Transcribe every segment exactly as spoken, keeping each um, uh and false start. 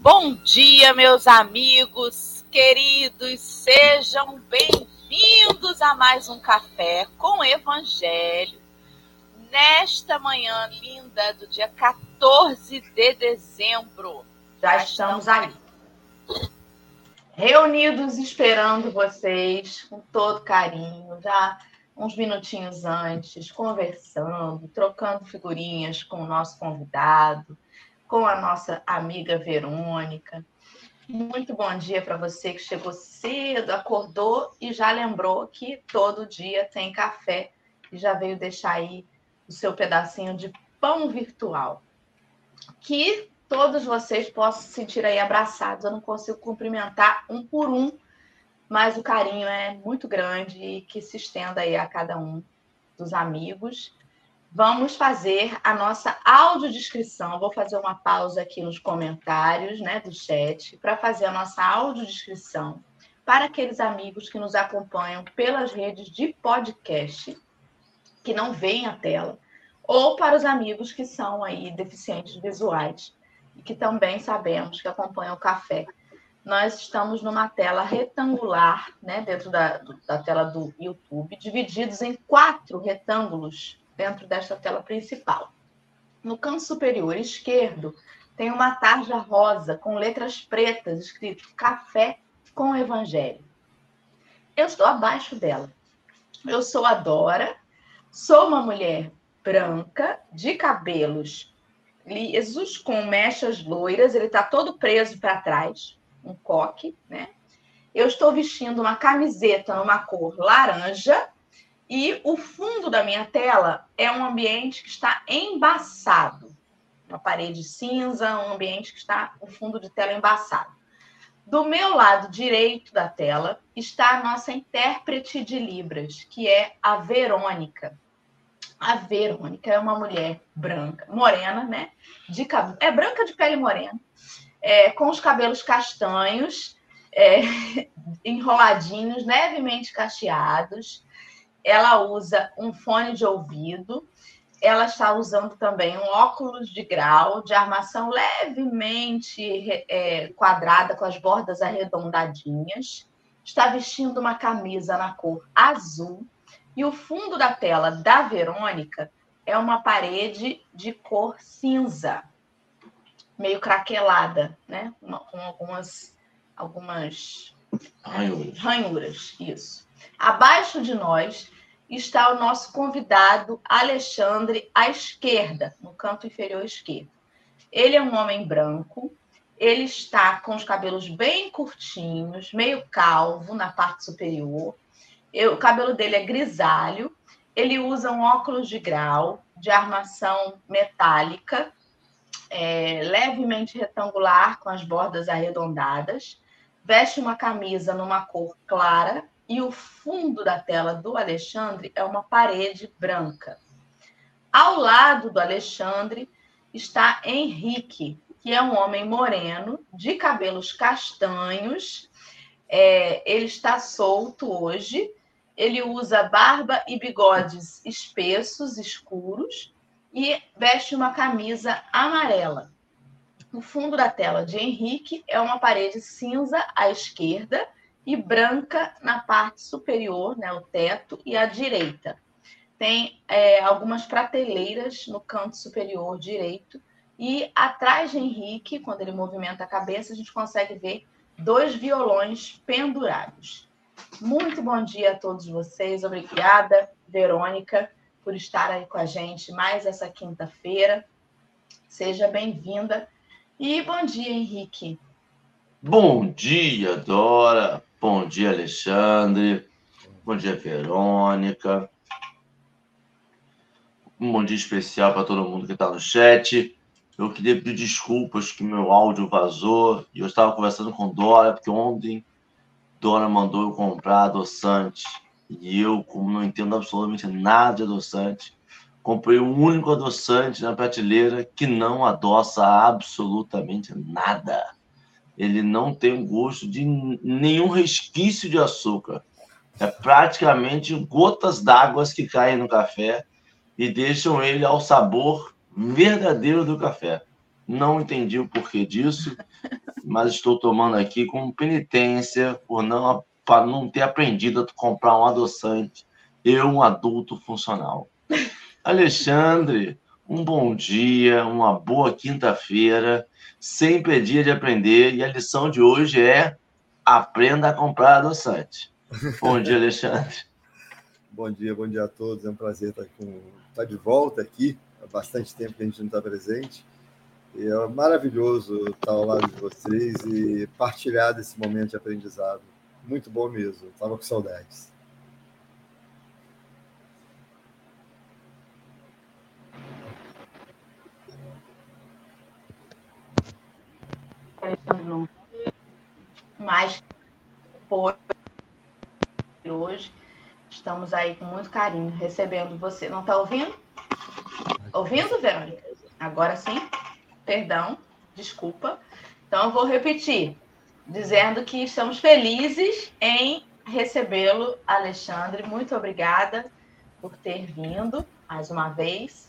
Bom dia, meus amigos queridos, sejam bem-vindos a mais um Café com Evangelho. Nesta manhã linda do dia quatorze de dezembro, já estamos aí, reunidos esperando vocês com todo carinho, já uns minutinhos antes, conversando, trocando figurinhas com o nosso convidado, com a nossa amiga Verônica. Muito bom dia para você que chegou cedo, acordou e já lembrou que todo dia tem café e já veio deixar aí o seu pedacinho de pão virtual. Que todos vocês possam se sentir aí abraçados. Eu não consigo cumprimentar um por um, mas o carinho é muito grande e que se estenda aí a cada um dos amigos. Vamos fazer a nossa audiodescrição. Vou fazer uma pausa aqui nos comentários, né, do chat, para fazer a nossa audiodescrição para aqueles amigos que nos acompanham pelas redes de podcast, que não veem a tela, ou para os amigos que são aí deficientes visuais e que também sabemos que acompanham o café. Nós estamos numa tela retangular, né, dentro da, da tela do YouTube, divididos em quatro retângulos dentro desta tela principal. No canto superior esquerdo, tem uma tarja rosa com letras pretas escrito Café com Evangelho. Eu estou abaixo dela. Eu sou a Dora, sou uma mulher branca, de cabelos lisos, com mechas loiras, ele está todo preso para trás, um coque, né? Eu estou vestindo uma camiseta numa cor laranja, e o fundo da minha tela é um ambiente que está embaçado. Uma parede cinza, um ambiente que está com fundo de tela embaçado. Do meu lado direito da tela está a nossa intérprete de Libras, que é a Verônica. A Verônica é uma mulher branca, morena, né? De cab... É branca de pele morena, é, com os cabelos castanhos, é, enroladinhos, levemente cacheados. Ela usa um fone de ouvido, ela está usando também um óculos de grau, de armação levemente é, quadrada, com as bordas arredondadinhas, está vestindo uma camisa na cor azul, e o fundo da tela da Verônica é uma parede de cor cinza, meio craquelada, né? Com algumas, algumas ranhuras. ranhuras, isso. Abaixo de nós está o nosso convidado Alexandre à esquerda, no canto inferior esquerdo. Ele é um homem branco, ele está com os cabelos bem curtinhos, meio calvo na parte superior. Eu, o cabelo dele é grisalho, ele usa um óculos de grau, de armação metálica, é, levemente retangular, com as bordas arredondadas, veste uma camisa numa cor clara, e o fundo da tela do Alexandre é uma parede branca. Ao lado do Alexandre está Henrique, que é um homem moreno, de cabelos castanhos. É, ele está solto hoje, ele usa barba e bigodes espessos, escuros, e veste uma camisa amarela. O fundo da tela de Henrique é uma parede cinza à esquerda, e branca na parte superior, né, o teto, e à direita. Tem é, algumas prateleiras no canto superior direito, e atrás de Henrique, quando ele movimenta a cabeça, a gente consegue ver dois violões pendurados. Muito bom dia a todos vocês. Obrigada, Verônica, por estar aí com a gente mais essa quinta-feira. Seja bem-vinda. E bom dia, Henrique. Bom dia, Dora. Bom dia, Alexandre. Bom dia, Verônica. Um bom dia especial para todo mundo que está no chat. Eu queria pedir desculpas que meu áudio vazou e eu estava conversando com Dora, porque ontem Dora mandou eu comprar adoçante. E eu, como não entendo absolutamente nada de adoçante, comprei o único adoçante na prateleira que não adoça absolutamente nada. Ele não tem gosto de nenhum resquício de açúcar. É praticamente gotas d'água que caem no café e deixam ele ao sabor verdadeiro do café. Não entendi o porquê disso. mas estou tomando aqui como penitência por não, para não ter aprendido a comprar um adoçante. Eu, um adulto funcional. Alexandre, um bom dia, uma boa quinta-feira. Sempre é dia de aprender e a lição de hoje é: aprenda a comprar adoçante. Bom dia, Alexandre. Bom dia, bom dia a todos. É um prazer estar, com... estar de volta aqui. Há bastante tempo que a gente não está presente. E é maravilhoso estar ao lado de vocês e partilhar desse momento de aprendizado. Muito bom mesmo. Estava com saudades. Mas por hoje estamos aí com muito carinho recebendo você. Não está ouvindo? Ouvindo, Verônica? Agora sim. Perdão, desculpa. Então eu vou repetir, dizendo que estamos felizes em recebê-lo, Alexandre. Muito obrigada por ter vindo mais uma vez.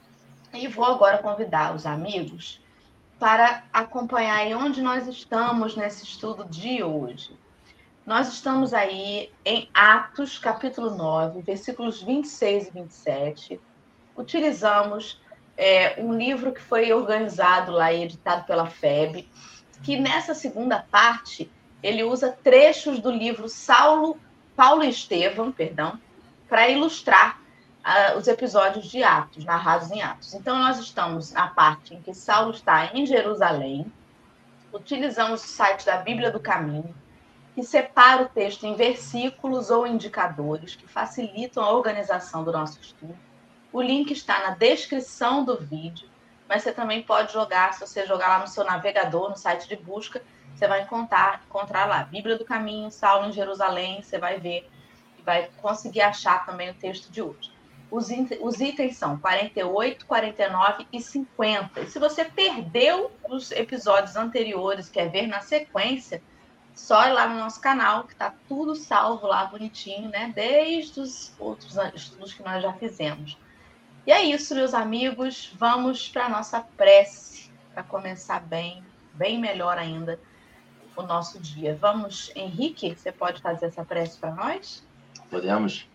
E vou agora convidar os amigos para acompanhar aí onde nós estamos nesse estudo de hoje. Nós estamos aí em Atos, capítulo nove, versículos vinte e seis e vinte e sete. Utilizamos é, um livro que foi organizado lá e editado pela F E B, que nessa segunda parte ele usa trechos do livro Saulo, Paulo e Estevão, perdão, para ilustrar uh, os episódios de Atos, narrados em Atos. Então, nós estamos na parte em que Saulo está em Jerusalém, utilizamos o site da Bíblia do Caminho, que separa o texto em versículos ou indicadores, que facilitam a organização do nosso estudo. O link está na descrição do vídeo, mas você também pode jogar, se você jogar lá no seu navegador, no site de busca, você vai encontrar, encontrar lá, Bíblia do Caminho, Saulo em Jerusalém, você vai ver e vai conseguir achar também o texto de hoje. Os, os itens são quarenta e oito, quarenta e nove e cinquenta. E se você perdeu os episódios anteriores, quer ver na sequência, só ir lá no nosso canal, que está tudo salvo lá, bonitinho, né? Desde os outros estudos que nós já fizemos. E é isso, meus amigos. Vamos para a nossa prece, para começar bem, bem melhor ainda, o nosso dia. Vamos, Henrique, você pode fazer essa prece para nós? Podemos.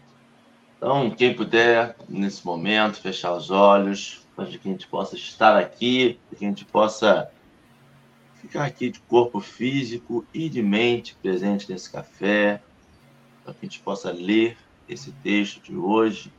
Então, quem puder, nesse momento, fechar os olhos, para que a gente possa estar aqui, para que a gente possa ficar aqui de corpo físico e de mente presente nesse café, para que a gente possa ler esse texto de hoje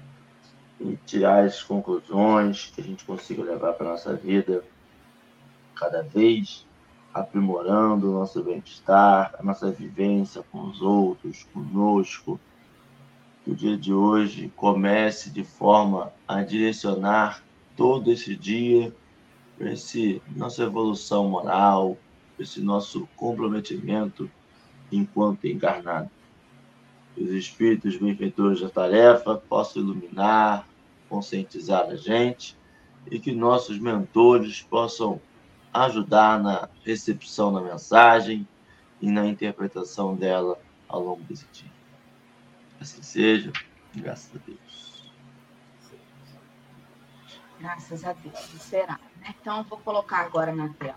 e tirar as conclusões que a gente consiga levar para a nossa vida, cada vez aprimorando o nosso bem-estar, a nossa vivência com os outros, conosco. Que o dia de hoje comece de forma a direcionar todo esse dia para esse nossa evolução moral, para esse nosso comprometimento enquanto encarnado. Que os espíritos benfeitores da tarefa possam iluminar, conscientizar a gente e que nossos mentores possam ajudar na recepção da mensagem e na interpretação dela ao longo desse dia. Assim seja, graças a Deus. Graças a Deus, será. Né? Então, eu vou colocar agora na tela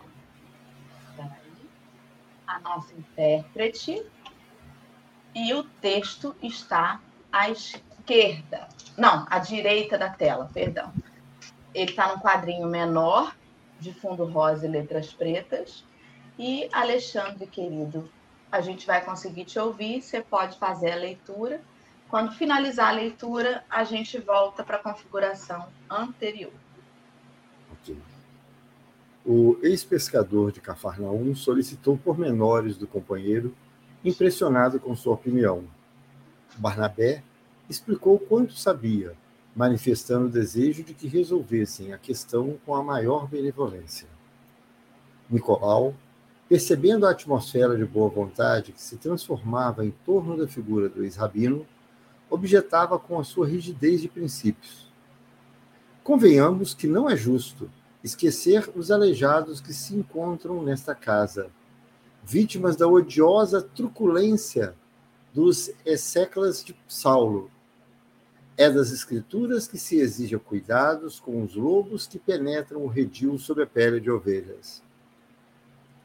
a nossa intérprete e o texto está à esquerda. Não, à direita da tela, perdão. Ele está num quadrinho menor, de fundo rosa e letras pretas. E, Alexandre, querido, a gente vai conseguir te ouvir, você pode fazer a leitura. Quando finalizar a leitura, a gente volta para a configuração anterior. Ok. O ex-pescador de Cafarnaum solicitou pormenores do companheiro, impressionado com sua opinião. Barnabé explicou quanto sabia, manifestando o desejo de que resolvessem a questão com a maior benevolência. Nicolau, percebendo a atmosfera de boa vontade que se transformava em torno da figura do ex-rabino, objetava com a sua rigidez de princípios. Convenhamos que não é justo esquecer os aleijados que se encontram nesta casa, vítimas da odiosa truculência dos exéquias de Saulo. É das escrituras que se exige cuidados com os lobos que penetram o redil sob a pele de ovelhas.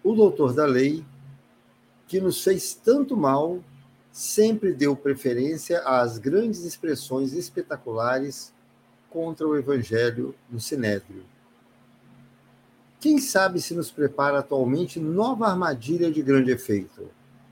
o doutor da lei, que nos fez tanto mal, sempre deu preferência às grandes expressões espetaculares contra o Evangelho no Sinédrio. Quem sabe se nos prepara atualmente nova armadilha de grande efeito?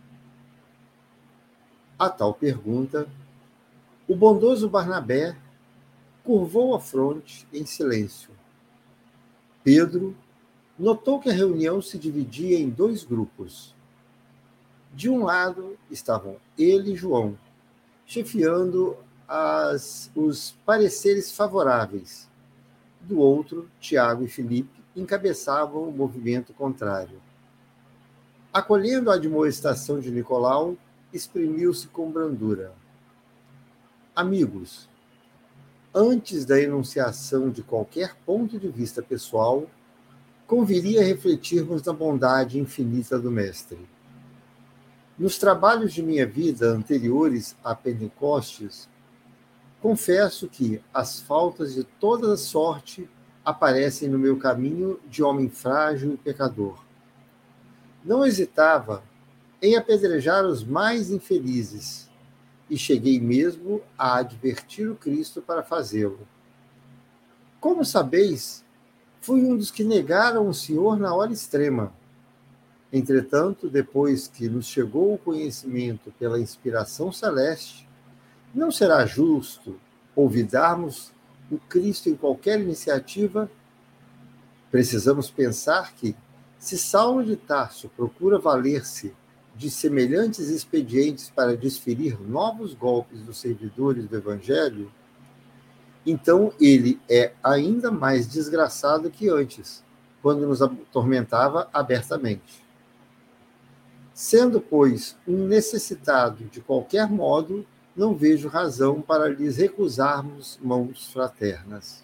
A tal pergunta, o bondoso Barnabé curvou a fronte em silêncio. Pedro notou que a reunião se dividia em dois grupos. De um lado estavam ele e João, chefiando as, os pareceres favoráveis. Do outro, Tiago e Filipe encabeçavam o movimento contrário. Acolhendo a admoestação de Nicolau, exprimiu-se com brandura. Amigos, antes da enunciação de qualquer ponto de vista pessoal, conviria refletirmos na bondade infinita do Mestre. Nos trabalhos de minha vida anteriores a Pentecostes, confesso que as faltas de toda sorte aparecem no meu caminho de homem frágil e pecador. Não hesitava em apedrejar os mais infelizes, e cheguei mesmo a advertir o Cristo para fazê-lo. Como sabeis, fui um dos que negaram o Senhor na hora extrema. Entretanto, depois que nos chegou o conhecimento pela inspiração celeste, não será justo olvidarmos o Cristo em qualquer iniciativa? Precisamos pensar que, se Saulo de Tarso procura valer-se de semelhantes expedientes para desferir novos golpes dos servidores do Evangelho, então ele é ainda mais desgraçado que antes, quando nos atormentava abertamente. Sendo, pois, um necessitado de qualquer modo, não vejo razão para lhes recusarmos mãos fraternas.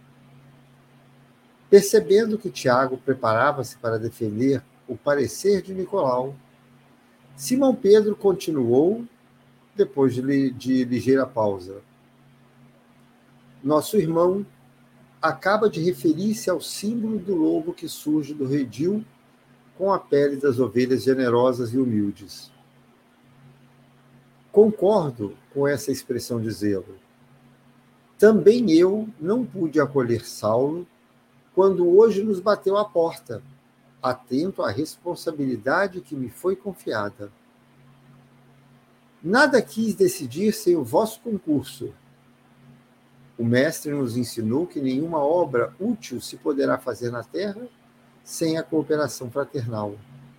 Percebendo que Tiago preparava-se para defender o parecer de Nicolau, Simão Pedro continuou, depois de, de ligeira pausa. Nosso irmão acaba de referir-se ao símbolo do lobo que surge do redil com a pele das ovelhas generosas e humildes. Concordo com essa expressão de zelo. Também eu não pude acolher Saulo quando hoje nos bateu à porta, atento à responsabilidade que me foi confiada. Nada quis decidir sem o vosso concurso. O mestre nos ensinou que nenhuma obra útil se poderá fazer na terra sem a cooperação fraternal.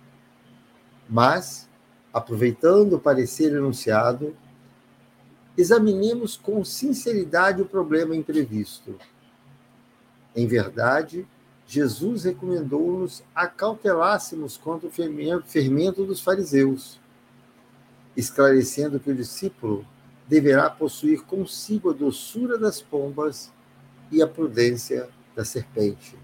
Mas, aproveitando o parecer enunciado, examinemos com sinceridade o problema imprevisto. Em verdade, Jesus recomendou-nos acautelássemos contra o fermento dos fariseus, esclarecendo que o discípulo deverá possuir consigo a doçura das pombas e a prudência da serpente.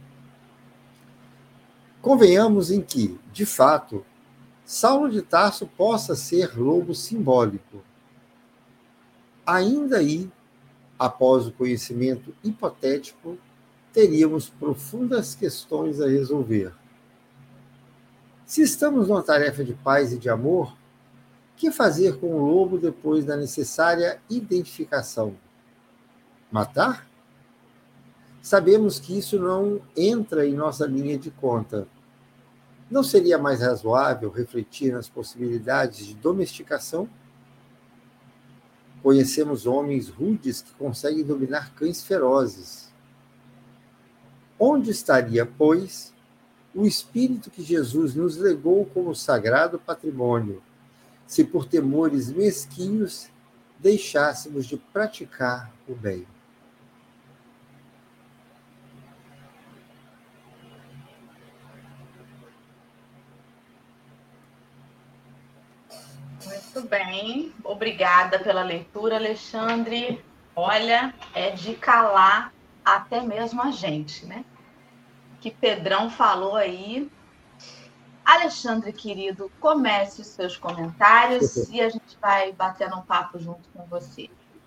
Convenhamos em que, de fato, Saulo de Tarso possa ser lobo simbólico. Ainda aí, após o conhecimento hipotético, teríamos profundas questões a resolver. Se estamos numa tarefa de paz e de amor, que fazer com o lobo depois da necessária identificação? Matar? Sabemos que isso não entra em nossa linha de conta. Não seria mais razoável refletir nas possibilidades de domesticação? Conhecemos homens rudes que conseguem dominar cães ferozes. Onde estaria, pois, o espírito que Jesus nos legou como sagrado patrimônio, se por temores mesquinhos deixássemos de praticar o bem? Muito bem, obrigada pela leitura, Alexandre. Olha, é de calar até mesmo a gente, né? Que Pedrão falou aí. Alexandre, querido, comece os seus comentários e a gente vai batendo um papo junto com você.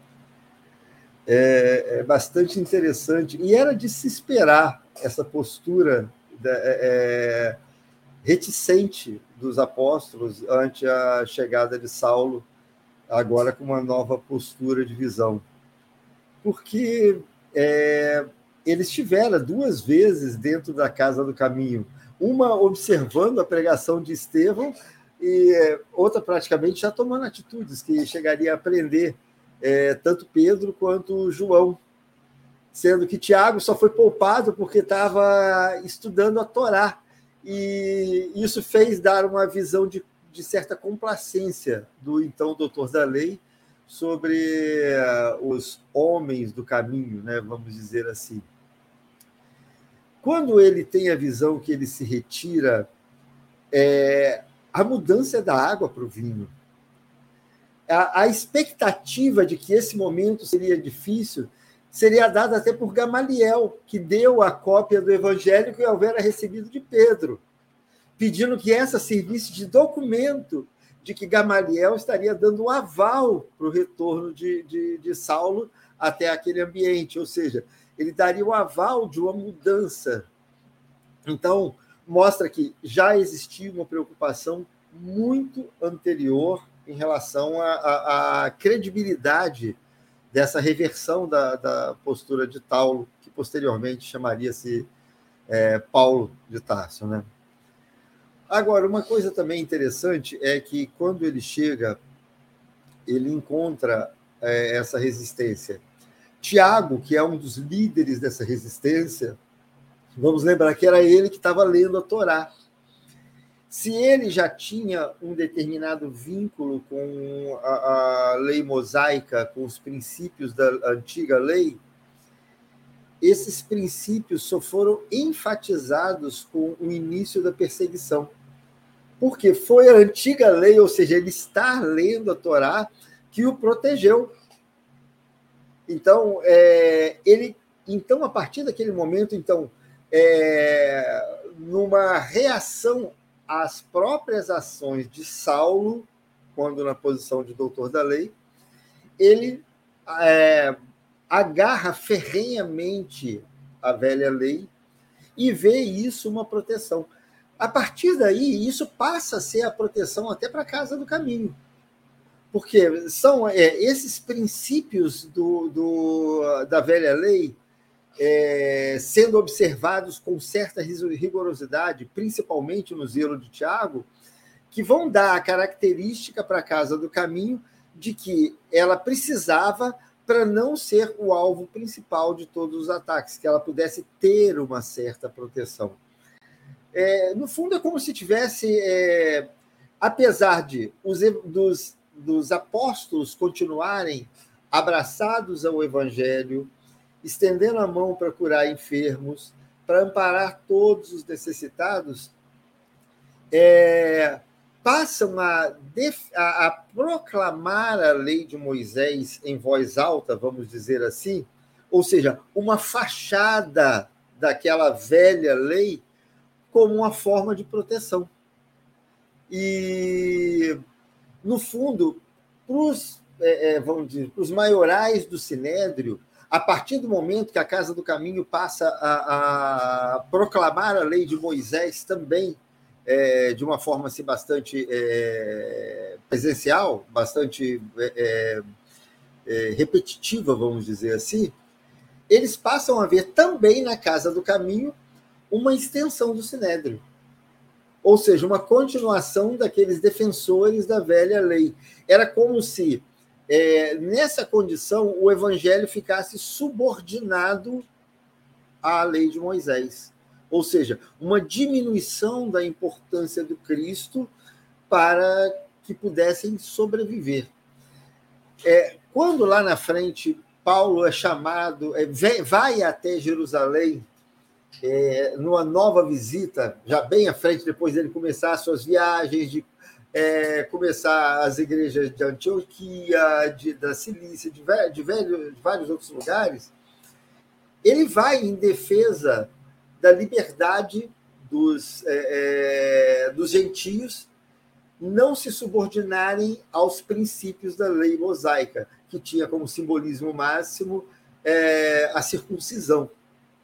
É, é bastante interessante. E era de se esperar essa postura da, é, reticente dos apóstolos ante a chegada de Saulo, agora com uma nova postura de visão. Porque é, eles estiveram duas vezes dentro da Casa do Caminho, uma observando a pregação de Estevão e outra praticamente já tomando atitudes que chegaria a aprender é, tanto Pedro quanto João, sendo que Tiago só foi poupado porque estava estudando a Torá, e isso fez dar uma visão de, de certa complacência do então doutor da lei sobre uh, os homens do caminho, né, vamos dizer assim. Quando ele tem a visão que ele se retira, é, a mudança da água para o vinho. A, a expectativa de que esse momento seria difícil seria dada até por Gamaliel, que deu a cópia do evangelho que houvera recebido de Pedro, pedindo que essa servisse de documento de que Gamaliel estaria dando um aval para o retorno de, de, de Saulo até aquele ambiente, ou seja, ele daria o aval de uma mudança. Então, mostra que já existia uma preocupação muito anterior em relação à credibilidade dessa reversão da, da postura de Saulo, que posteriormente chamaria-se é, Paulo de Tarso, né? Agora, uma coisa também interessante é que, quando ele chega, ele encontra é, essa resistência. Tiago, que é um dos líderes dessa resistência, vamos lembrar que era ele que estava lendo a Torá. Se ele já tinha um determinado vínculo com a, a lei mosaica, com os princípios da antiga lei, esses princípios só foram enfatizados com o início da perseguição. Porque foi a antiga lei, ou seja, ele estar lendo a Torá, que o protegeu. Então, é, ele, então a partir daquele momento, então, é, numa reação às próprias ações de Saulo, quando na posição de doutor da lei, ele é, agarra ferrenhamente a velha lei e vê isso uma proteção. A partir daí, isso passa a ser a proteção até para a Casa do Caminho. Porque são é, esses princípios do, do, da velha lei é, sendo observados com certa rigorosidade, principalmente no zelo de Tiago, que vão dar a característica para a Casa do Caminho de que ela precisava para não ser o alvo principal de todos os ataques, que ela pudesse ter uma certa proteção. É, no fundo, é como se tivesse, é, apesar de os, dos, dos apóstolos continuarem abraçados ao Evangelho, estendendo a mão para curar enfermos, para amparar todos os necessitados, é, passam a, def, a, a proclamar a lei de Moisés em voz alta, vamos dizer assim, ou seja, uma fachada daquela velha lei, como uma forma de proteção. E, no fundo, para os, é, vamos dizer, para os maiorais do Sinédrio, a partir do momento que a Casa do Caminho passa a, a proclamar a lei de Moisés também, é, de uma forma assim, bastante é, presencial, bastante é, é, repetitiva, vamos dizer assim, eles passam a ver também na Casa do Caminho uma extensão do Sinédrio, ou seja, uma continuação daqueles defensores da velha lei. Era como se, é, nessa condição, o Evangelho ficasse subordinado à lei de Moisés, ou seja, uma diminuição da importância do Cristo para que pudessem sobreviver. É, quando lá na frente Paulo é chamado, é, vai até Jerusalém, É, numa nova visita, já bem à frente, depois dele começar as suas viagens, de é, começar as igrejas de Antioquia, de, da Cilícia, de, de, velho, de vários outros lugares, ele vai em defesa da liberdade dos, é, dos gentios não se subordinarem aos princípios da lei mosaica, que tinha como simbolismo máximo é, a circuncisão.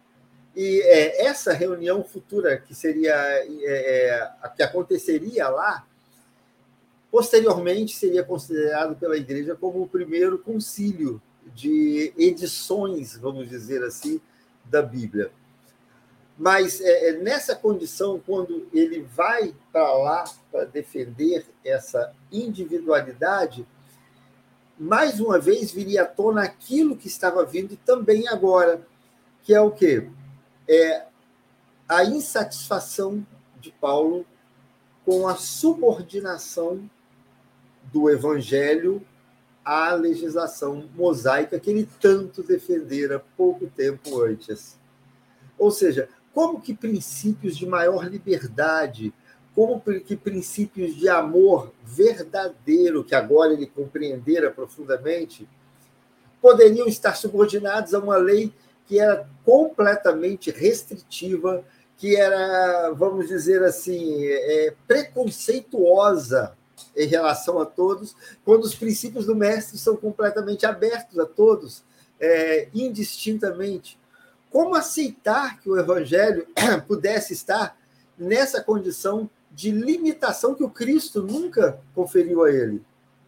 E é, essa reunião futura, que seria é, a que aconteceria lá, posteriormente seria considerado pela Igreja como o primeiro concílio de edições, vamos dizer assim, da Bíblia. Mas é, nessa condição, quando ele vai para lá para defender essa individualidade, mais uma vez viria à tona aquilo que estava vindo também agora, que é o quê? É a insatisfação de Paulo com a subordinação do Evangelho à legislação mosaica que ele tanto defendera pouco tempo antes. Ou seja, como que princípios de maior liberdade, como que princípios de amor verdadeiro, que agora ele compreendera profundamente, poderiam estar subordinados a uma lei que era completamente restritiva, que era, vamos dizer assim, é, preconceituosa em relação a todos, quando os princípios do mestre são completamente abertos a todos, é, indistintamente. Como aceitar que o Evangelho pudesse estar nessa condição de limitação que o Cristo nunca conferiu a ele?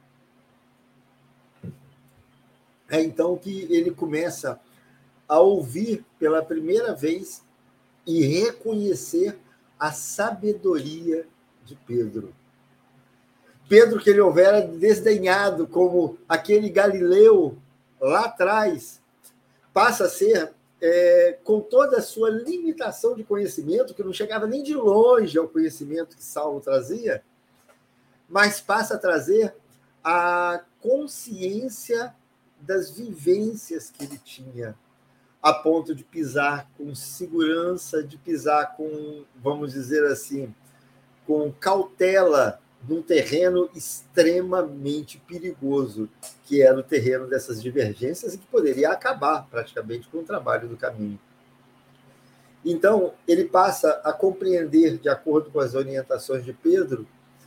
É então que ele começa a ouvir pela primeira vez e reconhecer a sabedoria de Pedro. Pedro, que ele houvera desdenhado como aquele Galileu lá atrás, passa a ser, é, com toda a sua limitação de conhecimento, que não chegava nem de longe ao conhecimento que Saulo trazia, mas passa a trazer a consciência das vivências que ele tinha, a ponto de pisar com segurança, de pisar com, vamos dizer assim, com cautela, num terreno extremamente perigoso, que era o terreno dessas divergências e que poderia acabar praticamente com o trabalho do caminho. Então, ele passa a compreender, de acordo com as orientações de Pedro,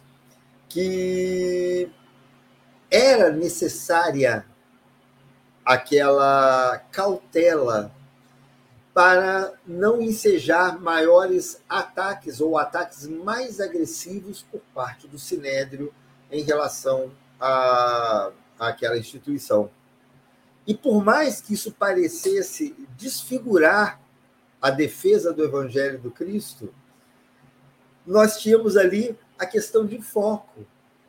que era necessária aquela cautela para não ensejar maiores ataques ou ataques mais agressivos por parte do Sinédrio em relação a, àquela instituição. E por mais que isso parecesse desfigurar a defesa do Evangelho do Cristo, nós tínhamos ali a questão de foco.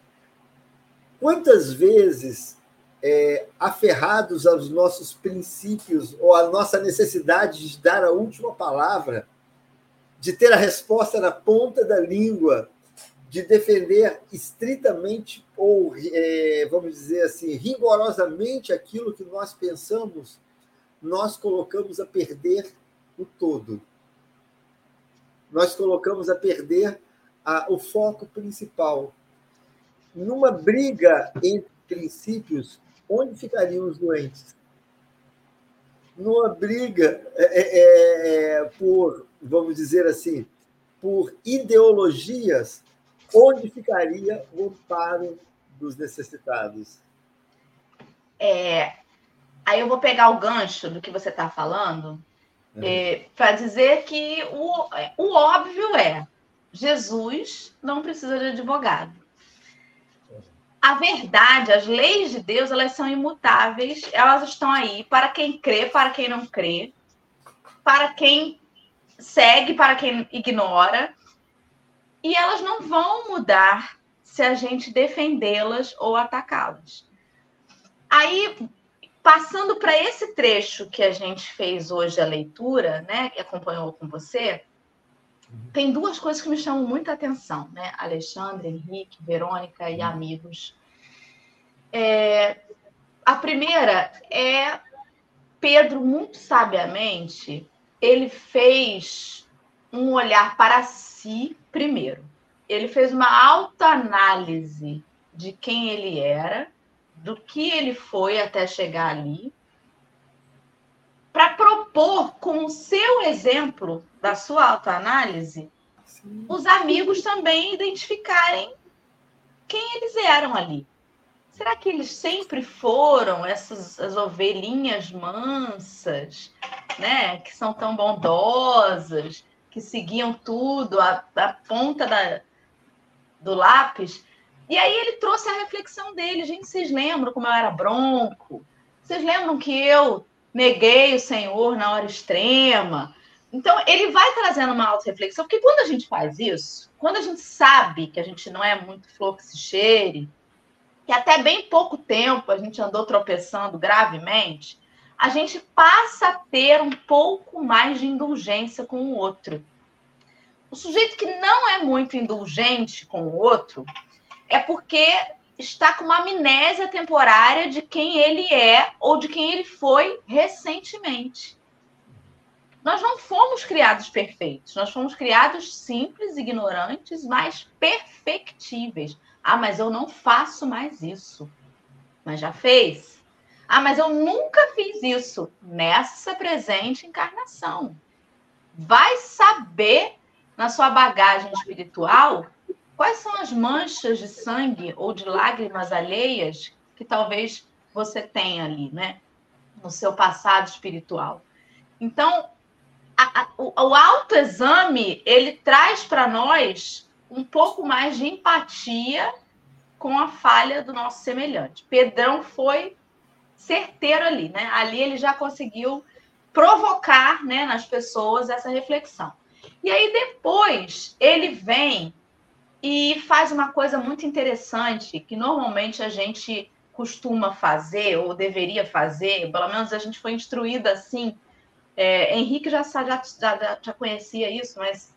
Quantas vezes, é, aferrados aos nossos princípios ou à nossa necessidade de dar a última palavra, de ter a resposta na ponta da língua, de defender estritamente ou, é, vamos dizer assim, rigorosamente aquilo que nós pensamos, nós colocamos a perder o todo. Nós colocamos a perder a, o foco principal. Numa briga entre princípios, onde ficariam os doentes? Numa briga é, é, por, vamos dizer assim, por ideologias, onde ficaria o amparo dos necessitados? É, aí eu vou pegar o gancho do que você está falando, é, para dizer que o, o óbvio é: Jesus não precisa de advogado. A verdade, as leis de Deus, elas são imutáveis, elas estão aí para quem crê, para quem não crê, para quem segue, para quem ignora, e elas não vão mudar se a gente defendê-las ou atacá-las. Aí, passando para esse trecho que a gente fez hoje a leitura, né, que acompanhou com você, tem duas coisas que me chamam muita atenção, né? Alexandre, Henrique, Verônica e amigos. É, a primeira é Pedro, muito sabiamente, ele fez um olhar para si primeiro. Ele fez uma autoanálise de quem ele era, do que ele foi até chegar ali, para propor, com o seu exemplo da sua autoanálise, sim, os amigos também identificarem quem eles eram ali. Será que eles sempre foram essas as ovelhinhas mansas né, que são tão bondosas, que seguiam tudo, a, a ponta da, do lápis. E aí ele trouxe a reflexão dele. Gente, vocês lembram como eu era bronco? Vocês lembram que eu neguei o Senhor na hora extrema? Então, ele vai trazendo uma auto-reflexão, porque quando a gente faz isso, quando a gente sabe que a gente não é muito flor que se cheire, que até bem pouco tempo a gente andou tropeçando gravemente, a gente passa a ter um pouco mais de indulgência com o outro. O sujeito que não é muito indulgente com o outro é porque está com uma amnésia temporária de quem ele é ou de quem ele foi recentemente. Nós não fomos criados perfeitos, nós fomos criados simples, ignorantes, mas perfectíveis. Ah, mas eu não faço mais isso. Mas já fez? Ah, mas eu nunca fiz isso. Nessa presente encarnação. Vai saber, na sua bagagem espiritual, quais são as manchas de sangue ou de lágrimas alheias que talvez você tenha ali, né? No seu passado espiritual. Então, a, a, o, o autoexame, ele traz para nós um pouco mais de empatia com a falha do nosso semelhante. Pedrão foi certeiro ali, né? Ali ele já conseguiu provocar, né, nas pessoas essa reflexão. E aí depois ele vem e faz uma coisa muito interessante que normalmente a gente costuma fazer ou deveria fazer, pelo menos a gente foi instruída assim. É, Henrique já, já, já, já conhecia isso, mas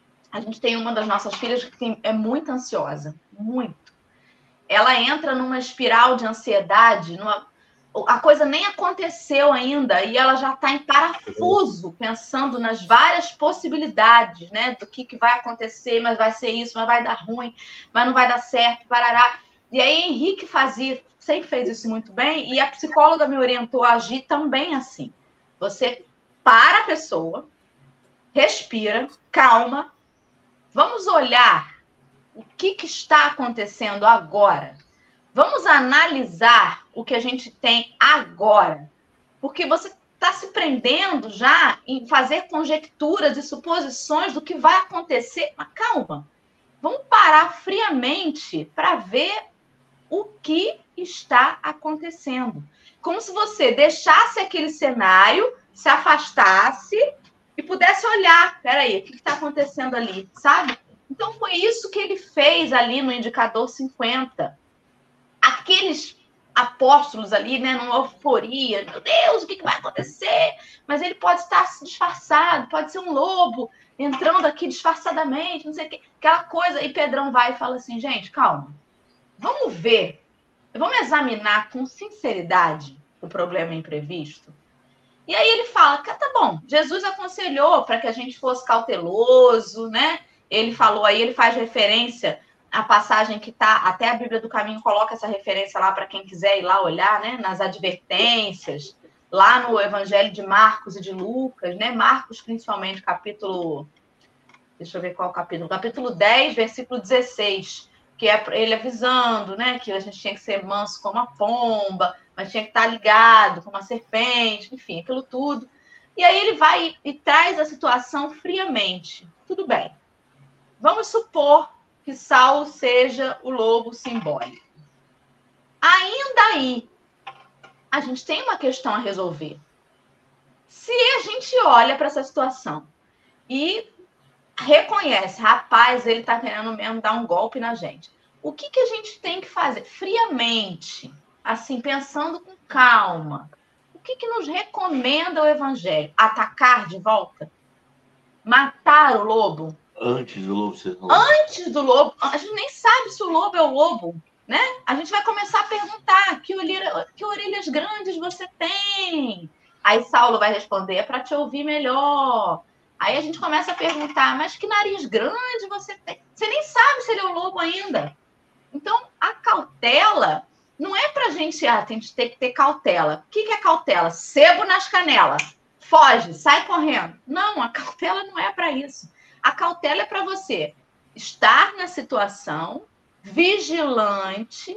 a gente tem uma das nossas filhas que tem, é muito ansiosa, muito. Ela entra numa espiral de ansiedade, numa, a coisa nem aconteceu ainda e ela já está em parafuso, pensando nas várias possibilidades, né, do que, que vai acontecer, mas vai ser isso, mas vai dar ruim, mas não vai dar certo, parará. E aí Henrique fazia, sempre fez isso muito bem, e a psicóloga me orientou a agir também assim. Você para a pessoa, respira, calma, vamos olhar o que, que está acontecendo agora. Vamos analisar o que a gente tem agora. Porque você está se prendendo já em fazer conjecturas e suposições do que vai acontecer. Mas calma, vamos parar friamente para ver o que está acontecendo. Como se você deixasse aquele cenário, se afastasse e pudesse olhar. Peraí, o que está acontecendo ali, sabe? Então, foi isso que ele fez ali no indicador cinquenta. Aqueles apóstolos ali, né, numa euforia. Meu Deus, o que vai acontecer? Mas ele pode estar disfarçado, pode ser um lobo entrando aqui disfarçadamente, não sei o quê. Aquela coisa. E Pedrão vai e fala assim, gente, calma. Vamos ver. Vamos examinar com sinceridade o problema imprevisto. E aí ele fala, tá bom, Jesus aconselhou para que a gente fosse cauteloso, né? Ele falou aí, ele faz referência à passagem que tá, até a Bíblia do Caminho coloca essa referência lá para quem quiser ir lá olhar, né? Nas advertências, lá no Evangelho de Marcos e de Lucas, né? Marcos, principalmente, capítulo... Deixa eu ver qual capítulo. Capítulo dez, versículo dezesseis, que é ele avisando, né? Que a gente tinha que ser manso como a pomba, mas tinha que estar ligado como uma serpente, enfim, aquilo tudo. E aí ele vai e, e traz a situação friamente. Tudo bem. Vamos supor que Saulo seja o lobo simbólico. Ainda aí, a gente tem uma questão a resolver. Se a gente olha para essa situação e reconhece, rapaz, ele está querendo mesmo dar um golpe na gente. O que, que a gente tem que fazer? Friamente, assim, pensando com calma. O que, que nos recomenda o Evangelho? Atacar de volta? Matar o lobo? Antes do lobo ser lobo. Antes do lobo. A gente nem sabe se o lobo é o lobo, né? A gente vai começar a perguntar, que, orelha, que orelhas grandes você tem? Aí Saulo vai responder, é para te ouvir melhor. Aí a gente começa a perguntar, mas que nariz grande você tem? Você nem sabe se ele é o lobo ainda. Então, a cautela não é para a gente, ah, tem que ter que ter cautela. O que, que é cautela? Sebo nas canelas. Foge, sai correndo. Não, a cautela não é para isso. A cautela é para você estar na situação, vigilante,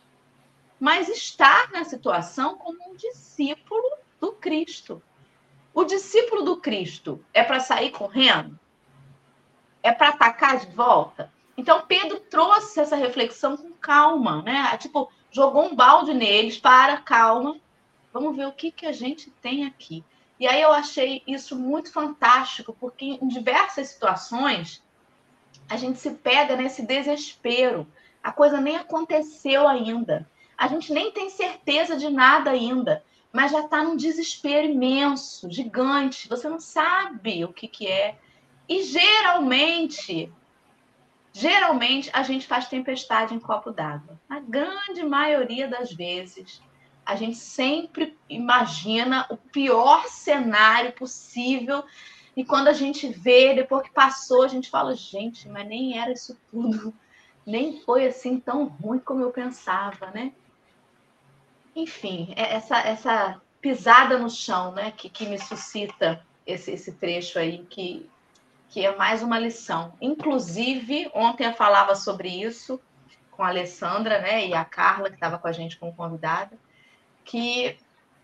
mas estar na situação como um discípulo do Cristo. O discípulo do Cristo é para sair correndo? É para atacar de volta? Então, Pedro trouxe essa reflexão com calma, né? Tipo, jogou um balde neles, para, calma, vamos ver o que, que a gente tem aqui. E aí eu achei isso muito fantástico, porque em diversas situações a gente se pega nesse desespero. A coisa nem aconteceu ainda. A gente nem tem certeza de nada ainda, mas já está num desespero imenso, gigante. Você não sabe o que, que é. E geralmente... Geralmente, a gente faz tempestade em copo d'água. Na grande maioria das vezes, a gente sempre imagina o pior cenário possível. E quando a gente vê, depois que passou, a gente fala, gente, mas nem era isso tudo. Nem foi assim tão ruim como eu pensava, né? Enfim, essa, essa pisada no chão, né, que, que me suscita esse, esse trecho aí, que... que é mais uma lição. Inclusive, ontem eu falava sobre isso com a Alessandra, né, e a Carla, que estava com a gente como convidada, que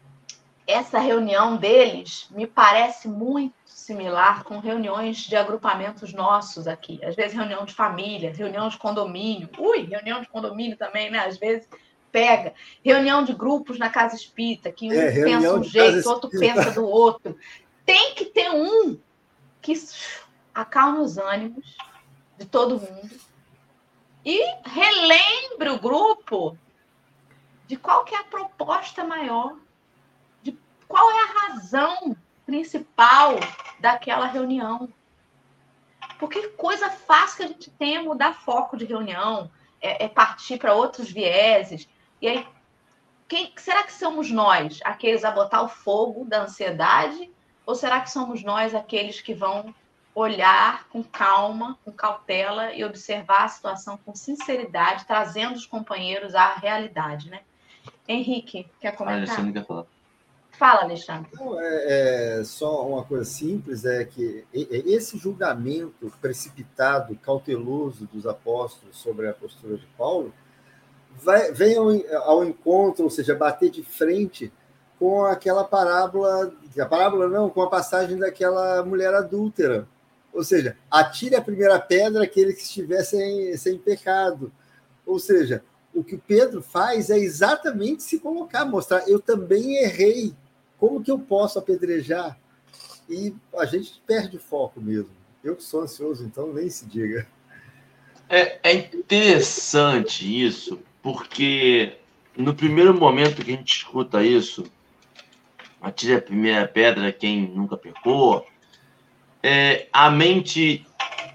essa reunião deles me parece muito similar com reuniões de agrupamentos nossos aqui. Às vezes reunião de família, reunião de condomínio. Ui, reunião de condomínio também, né? Às vezes pega. Reunião de grupos na casa espírita, que um é, pensa um jeito, outro pensa do outro. Tem que ter um que... acalme os ânimos de todo mundo e relembre o grupo de qual que é a proposta maior, de qual é a razão principal daquela reunião. Porque coisa fácil que a gente tem é mudar foco de reunião, é, é partir para outros vieses. E aí, quem, será que somos nós aqueles a botar o fogo da ansiedade? Ou será que somos nós aqueles que vão olhar com calma, com cautela e observar a situação com sinceridade, trazendo os companheiros à realidade, né? Henrique, quer comentar? Alexandre quer falar. Fala, Alexandre. Não, é, é só uma coisa simples, é que esse julgamento precipitado, cauteloso dos apóstolos sobre a postura de Paulo vai, vem ao, ao encontro, ou seja, bater de frente com aquela parábola, a parábola não, com a passagem daquela mulher adúltera. Ou seja, atire a primeira pedra aquele que estiver sem, sem pecado. Ou seja, o que o Pedro faz é exatamente se colocar, mostrar, eu também errei, como que eu posso apedrejar? E a gente perde foco mesmo. Eu que sou ansioso, então nem se diga. É, é interessante isso, porque no primeiro momento que a gente escuta isso, atire a primeira pedra quem nunca pecou, é, a mente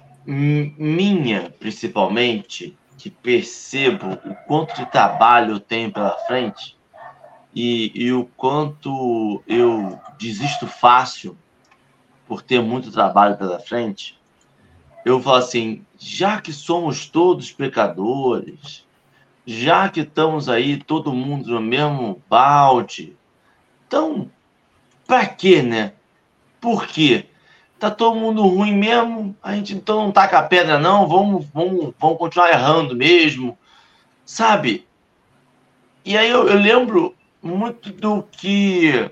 minha, principalmente, que percebo o quanto de trabalho eu tenho pela frente e, e o quanto eu desisto fácil por ter muito trabalho pela frente, eu falo assim, já que somos todos pecadores, já que estamos aí todo mundo no mesmo balde, então, pra quê, né? Por quê? Tá todo mundo ruim mesmo, a gente então não taca a pedra não, vamos, vamos, vamos continuar errando mesmo, sabe? E aí eu, eu lembro muito do que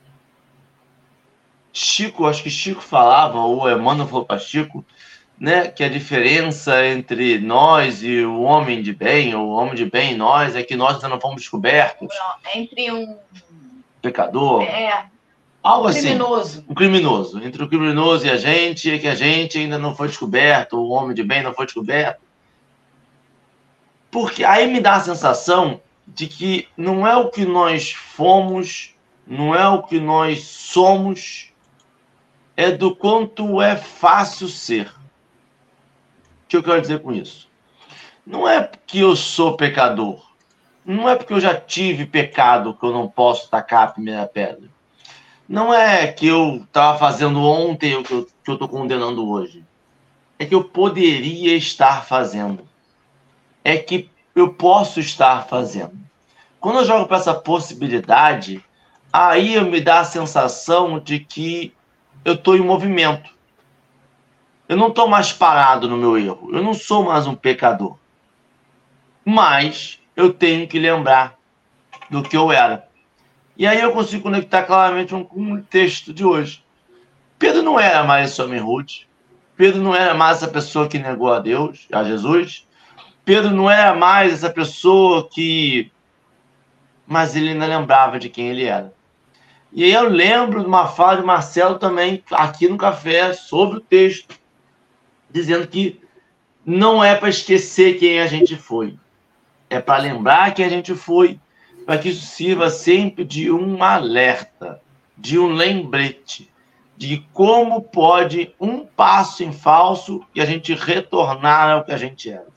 Chico, acho que Chico falava, ou Emmanuel falou para Chico, né, que a diferença entre nós e o homem de bem, ou o homem de bem e nós, é que nós ainda não fomos descobertos. Entre um pecador. É. Algo um criminoso. assim, um criminoso. Entre o criminoso e a gente, é que a gente ainda não foi descoberto, o homem de bem não foi descoberto. Porque aí me dá a sensação de que não é o que nós fomos, não é o que nós somos, é do quanto é fácil ser. O que eu quero dizer com isso? Não é porque eu sou pecador, não é porque eu já tive pecado que eu não posso tacar a primeira pedra. Não é que eu estava fazendo ontem o que eu estou condenando hoje. É que eu poderia estar fazendo. É que eu posso estar fazendo. Quando eu jogo para essa possibilidade, aí eu me dá a sensação de que eu estou em movimento. Eu não estou mais parado no meu erro. Eu não sou mais um pecador. Mas eu tenho que lembrar do que eu era. E aí eu consigo conectar claramente com o texto de hoje. Pedro não era mais esse homem rude. Pedro não era mais essa pessoa que negou a Deus, a Jesus. Pedro não era mais essa pessoa que... Mas ele ainda lembrava de quem ele era. E aí eu lembro de uma fala de Marcelo também, aqui no café, sobre o texto, dizendo que não é para esquecer quem a gente foi. É para lembrar quem a gente foi, para que isso sirva sempre de um alerta, de um lembrete, de como pode um passo em falso e a gente retornar ao que a gente era.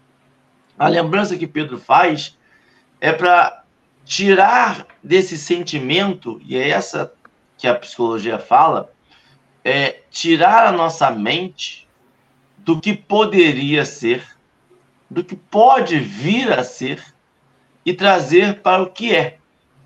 A lembrança que Pedro faz é para tirar desse sentimento, e é essa que a psicologia fala, é tirar a nossa mente do que poderia ser, do que pode vir a ser, e trazer para o que é.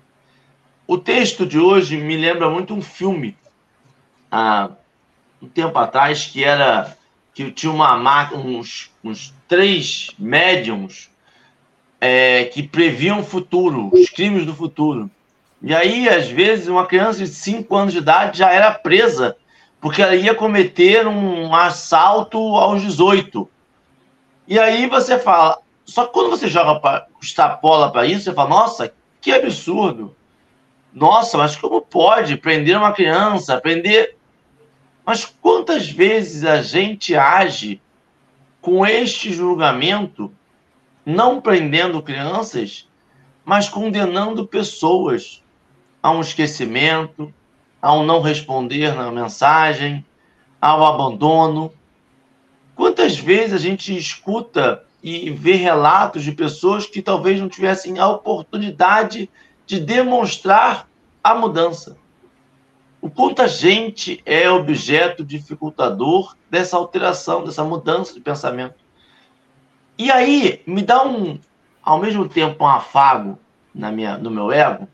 O texto de hoje me lembra muito um filme, há um tempo atrás, que era que tinha uma máquina, uns, uns três médiums é, que previam o futuro, os crimes do futuro. E aí, às vezes, uma criança de cinco anos de idade já era presa, porque ela ia cometer um assalto aos dezoito. E aí você fala... Só que quando você joga, pra, extrapola para isso, você fala, nossa, que absurdo. Nossa, mas como pode prender uma criança, prender... Mas quantas vezes a gente age com este julgamento, não prendendo crianças, mas condenando pessoas a um esquecimento, a um não responder na mensagem, ao abandono. Quantas vezes a gente escuta e vê relatos de pessoas que talvez não tivessem a oportunidade de demonstrar a mudança? O quanto a gente é objeto dificultador dessa alteração, dessa mudança de pensamento. E aí, me dá um, ao mesmo tempo, um afago na minha, no meu ego,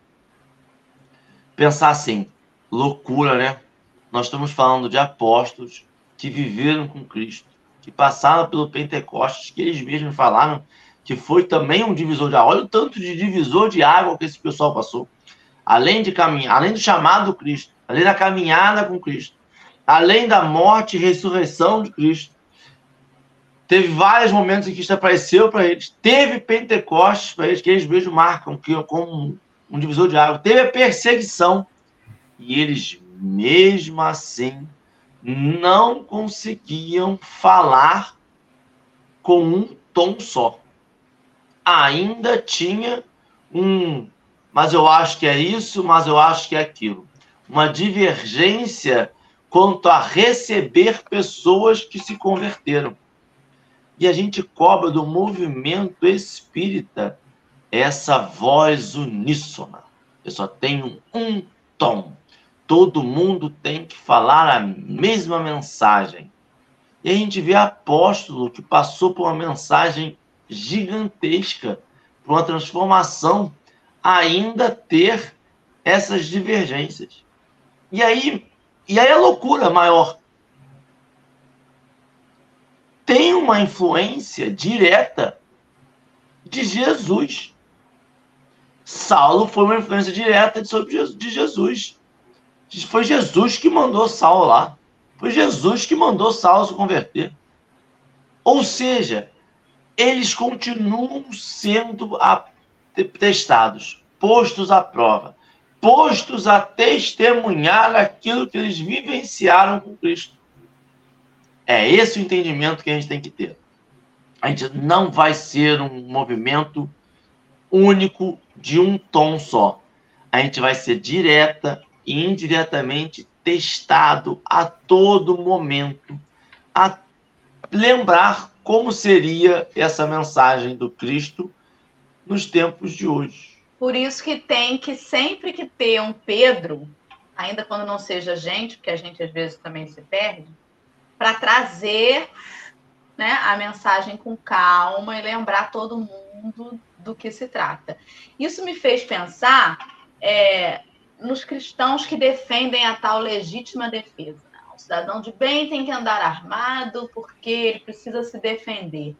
pensar assim, loucura, né? Nós estamos falando de apóstolos que viveram com Cristo, que passaram pelo Pentecostes, que eles mesmos falaram que foi também um divisor de água. Olha o tanto de divisor de água que esse pessoal passou. Além de caminhar, além do chamado Cristo, além da caminhada com Cristo, além da morte e ressurreição de Cristo. Teve vários momentos em que Cristo apareceu para eles. Teve Pentecostes para eles, que eles mesmos marcam que, como um divisor de água. Teve a perseguição. E eles, mesmo assim, não conseguiam falar com um tom só. Ainda tinha um... Mas eu acho que é isso, mas eu acho que é aquilo. Uma divergência quanto a receber pessoas que se converteram. E a gente cobra do movimento espírita essa voz uníssona. Eu só tenho um tom. Todo mundo tem que falar a mesma mensagem. E a gente vê apóstolo que passou por uma mensagem gigantesca, por uma transformação, ainda ter essas divergências. E aí, e aí a loucura maior. Tem uma influência direta de Jesus. Saulo foi uma influência direta de Jesus. Foi Jesus que mandou Saulo lá. Foi Jesus que mandou Saulo se converter. Ou seja, eles continuam sendo testados, postos à prova, postos a testemunhar aquilo que eles vivenciaram com Cristo. É esse o entendimento que a gente tem que ter. A gente não vai ser um movimento único de um tom só. A gente vai ser direta e indiretamente testado a todo momento a lembrar como seria essa mensagem do Cristo nos tempos de hoje. Por isso que tem que sempre que ter um Pedro, ainda quando não seja gente, porque a gente às vezes também se perde, para trazer, né, a mensagem com calma e lembrar todo mundo do que se trata. Isso me fez pensar é, nos cristãos que defendem a tal legítima defesa. O cidadão de bem tem que andar armado porque ele precisa se defender.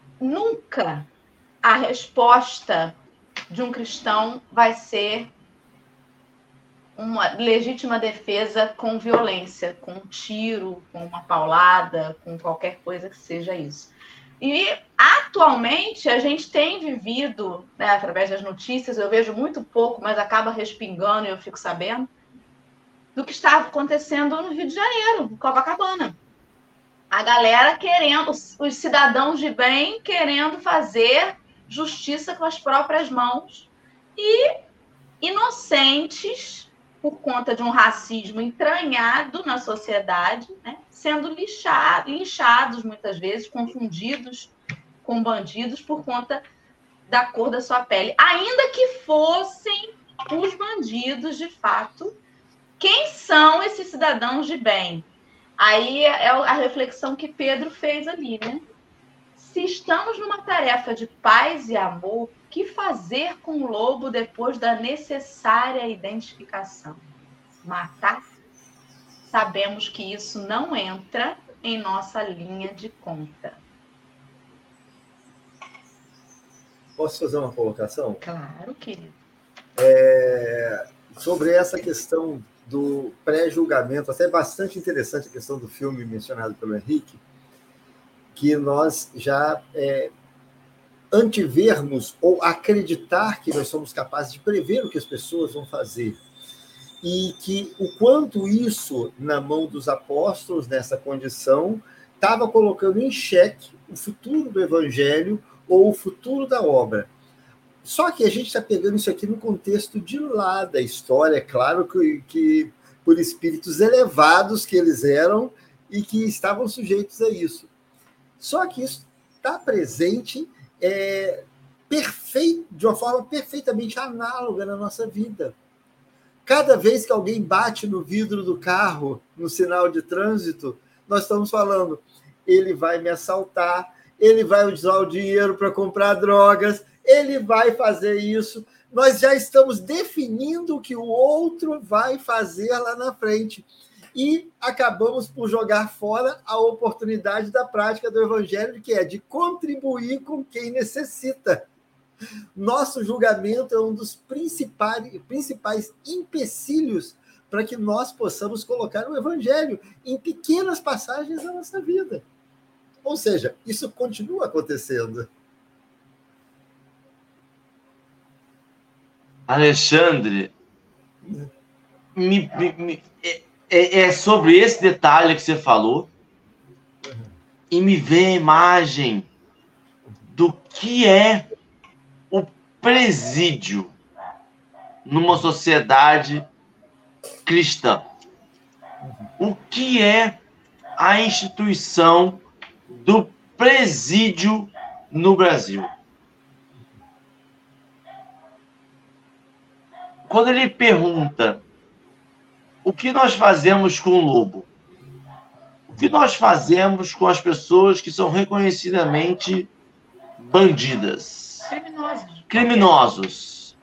Nunca a resposta de um cristão vai ser uma legítima defesa com violência, com um tiro, com uma paulada, com qualquer coisa que seja isso. E, atualmente, a gente tem vivido, né, através das notícias, eu vejo muito pouco, mas acaba respingando e eu fico sabendo, do que estava acontecendo no Rio de Janeiro, em Copacabana. A galera querendo, os cidadãos de bem querendo fazer justiça com as próprias mãos e inocentes, por conta de um racismo entranhado na sociedade, né, sendo lixado, linchados muitas vezes, confundidos com bandidos por conta da cor da sua pele. Ainda que fossem os bandidos, de fato, quem são esses cidadãos de bem? Aí é a reflexão que Pedro fez ali, né? Se estamos numa tarefa de paz e amor, o que fazer com o lobo depois da necessária identificação? Matar? Sabemos que isso não entra em nossa linha de conta. Posso fazer uma colocação? Claro, querido. É, sobre essa questão do pré-julgamento, até bastante interessante a questão do filme mencionado pelo Henrique, que nós já é, antevermos ou acreditar que nós somos capazes de prever o que as pessoas vão fazer. E que o quanto isso, na mão dos apóstolos, nessa condição, estava colocando em xeque o futuro do evangelho ou o futuro da obra. Só que a gente está pegando isso aqui no contexto de lá da história, é claro que, que por espíritos elevados que eles eram e que estavam sujeitos a isso. Só que isso está presente é, perfeito, de uma forma perfeitamente análoga na nossa vida. Cada vez que alguém bate no vidro do carro, no sinal de trânsito, nós estamos falando, ele vai me assaltar, ele vai usar o dinheiro para comprar drogas, ele vai fazer isso. Nós já estamos definindo o que o outro vai fazer lá na frente. E acabamos por jogar fora a oportunidade da prática do evangelho, que é de contribuir com quem necessita. Nosso julgamento é um dos principais, principais empecilhos para que nós possamos colocar o evangelho em pequenas passagens da nossa vida. Ou seja, isso continua acontecendo. Alexandre, me, me, me, é, é sobre esse detalhe que você falou e me vê a imagem do que é o presídio numa sociedade cristã. O que é a instituição do presídio no Brasil? Quando ele pergunta o que nós fazemos com o lobo, o que nós fazemos com as pessoas que são reconhecidamente bandidas, Criminosos. criminosos,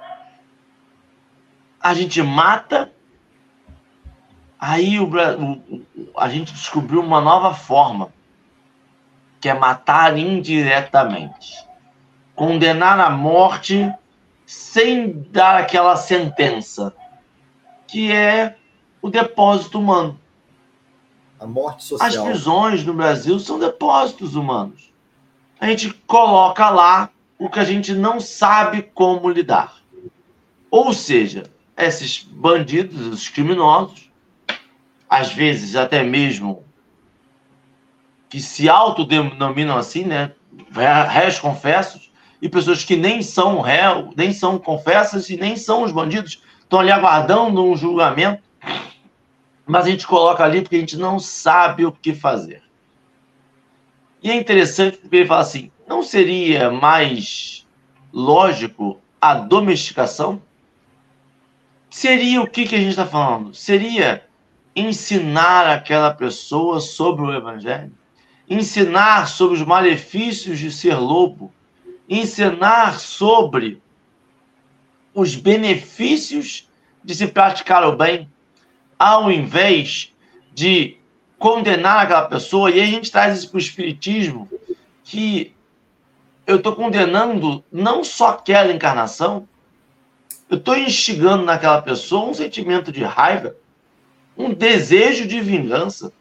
a gente mata. Aí o, o, a gente descobriu uma nova forma, que é matar indiretamente, condenar à morte sem dar aquela sentença, que é o depósito humano. A morte social. As prisões no Brasil são depósitos humanos. A gente coloca lá o que a gente não sabe como lidar. Ou seja, esses bandidos, os criminosos, às vezes até mesmo que se autodenominam assim, né, réus confessos, e pessoas que nem são réu, nem são confessas e nem são os bandidos, estão ali aguardando um julgamento, mas a gente coloca ali porque a gente não sabe o que fazer. E é interessante porque ele fala assim, não seria mais lógico a domesticação? Seria o que, que a gente está falando? Seria ensinar aquela pessoa sobre o evangelho? Ensinar sobre os malefícios de ser lobo? Ensinar sobre os benefícios de se praticar o bem, ao invés de condenar aquela pessoa? E aí a gente traz isso para o espiritismo, que eu estou condenando não só aquela encarnação, Eu estou instigando naquela pessoa um sentimento de raiva, um desejo de vingança.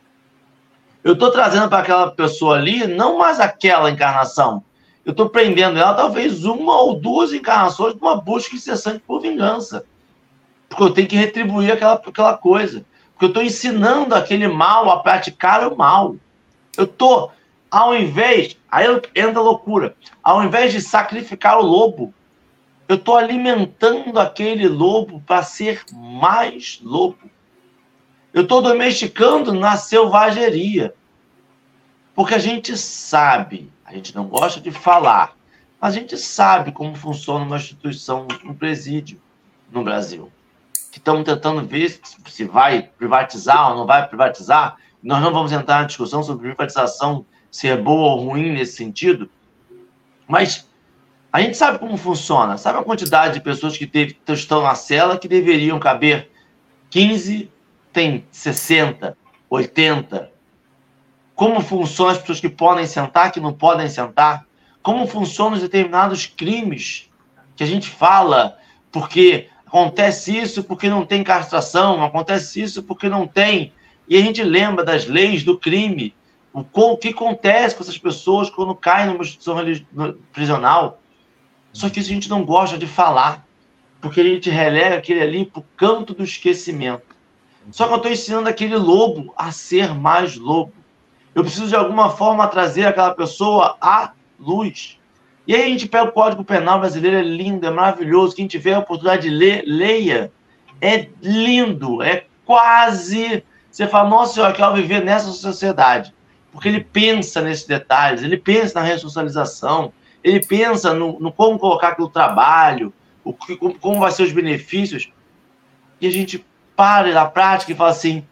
Eu estou trazendo para aquela pessoa ali, não mais aquela encarnação. Eu estou prendendo ela, talvez uma ou duas encarnações de uma busca incessante por vingança. Porque eu tenho que retribuir aquela, aquela coisa. Porque eu estou ensinando aquele mal a praticar o mal. Eu estou, ao invés... Aí entra a loucura. Ao invés de sacrificar o lobo, eu estou alimentando aquele lobo para ser mais lobo. Eu estou domesticando na selvageria. Porque a gente sabe, a gente não gosta de falar, mas a gente sabe como funciona uma instituição, um presídio no Brasil. Que estamos tentando ver se vai privatizar ou não vai privatizar. Nós não vamos entrar na discussão sobre privatização, se é boa ou ruim nesse sentido. Mas a gente sabe como funciona. Sabe a quantidade de pessoas que, teve, que estão na cela que deveriam caber quinze, tem sessenta, oitenta. Como funcionam as pessoas que podem sentar, que não podem sentar. Como funcionam os determinados crimes que a gente fala, porque acontece isso porque não tem castração, acontece isso porque não tem. E a gente lembra das leis do crime, o, o que acontece com essas pessoas quando caem numa instituição prisional. Só que isso a gente não gosta de falar, porque a gente relega aquele ali para o canto do esquecimento. Só que eu estou ensinando aquele lobo a ser mais lobo. Eu preciso, de alguma forma, trazer aquela pessoa à luz. E aí a gente pega o Código Penal brasileiro, é lindo, é maravilhoso. Quem tiver a oportunidade de ler, leia. É lindo, é quase... Você fala, nossa, eu quero viver nessa sociedade. Porque ele pensa nesses detalhes, ele pensa na ressocialização, ele pensa no, no como colocar aquilo no trabalho, o, como, como vai ser os benefícios. E a gente para na prática e fala assim,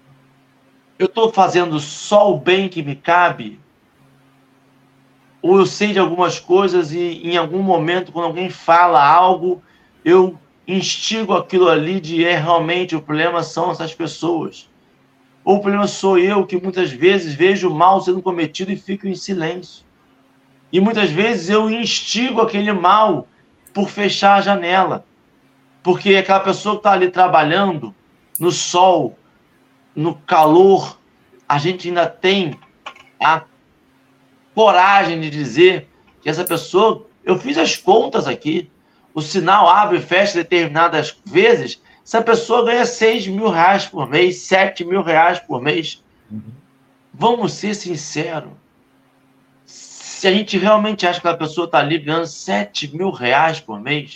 eu estou fazendo só o bem que me cabe? Ou eu sei de algumas coisas e em algum momento, quando alguém fala algo, eu instigo aquilo ali de é realmente o problema são essas pessoas. Ou o problema sou eu, que muitas vezes vejo o mal sendo cometido e fico em silêncio. E muitas vezes eu instigo aquele mal por fechar a janela. Porque aquela pessoa que está ali trabalhando no sol, no calor, a gente ainda tem a coragem de dizer que essa pessoa... Eu fiz as contas aqui. O sinal abre e fecha determinadas vezes. Essa pessoa ganha seis mil reais por mês, sete mil reais por mês. Uhum. Vamos ser sinceros. Se a gente realmente acha que a pessoa está ali ganhando sete mil reais por mês,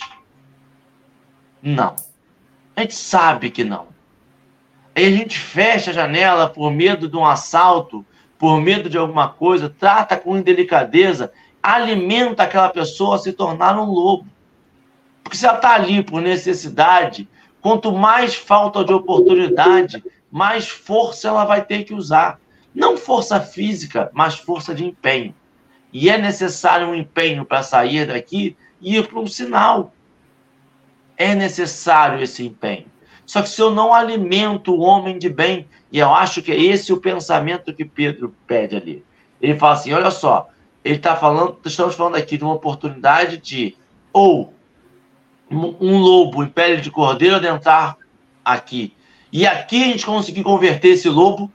não. A gente sabe que não. Aí a gente fecha a janela por medo de um assalto, por medo de alguma coisa, trata com indelicadeza, alimenta aquela pessoa a se tornar um lobo. Porque se ela está ali por necessidade, quanto mais falta de oportunidade, mais força ela vai ter que usar. Não força física, mas força de empenho. E é necessário um empenho para sair daqui e ir para um sinal. É necessário esse empenho. Só que se eu não alimento o homem de bem, e eu acho que é esse o pensamento que Pedro pede ali. Ele fala assim, olha só, ele está falando, estamos falando aqui de uma oportunidade de ou um lobo em pele de cordeiro adentrar aqui. E aqui a gente conseguir converter esse lobo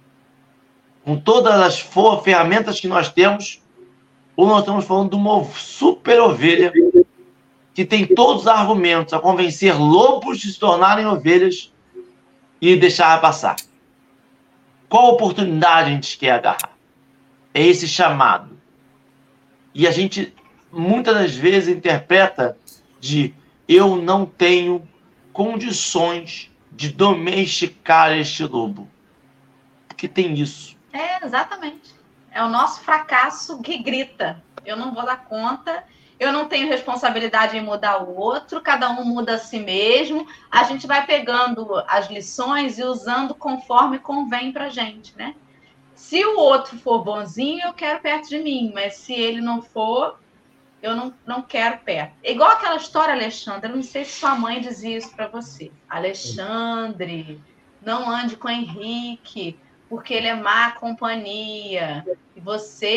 com todas as ferramentas que nós temos, ou nós estamos falando de uma super ovelha que tem todos os argumentos a convencer lobos de se tornarem ovelhas e deixar passar. Qual oportunidade a gente quer agarrar? É esse chamado. E a gente, muitas das vezes, interpreta de eu não tenho condições de domesticar este lobo. Porque tem isso. É, exatamente. É o nosso fracasso que grita. Eu não vou dar conta, eu não tenho responsabilidade em mudar o outro, cada um muda a si mesmo. A gente vai pegando as lições e usando conforme convém pra gente, né? Se o outro for bonzinho, eu quero perto de mim, mas se ele não for, eu não, não quero perto. É igual aquela história, Alexandre, eu não sei se sua mãe dizia isso para você. Alexandre, não ande com Henrique, porque ele é má companhia. E você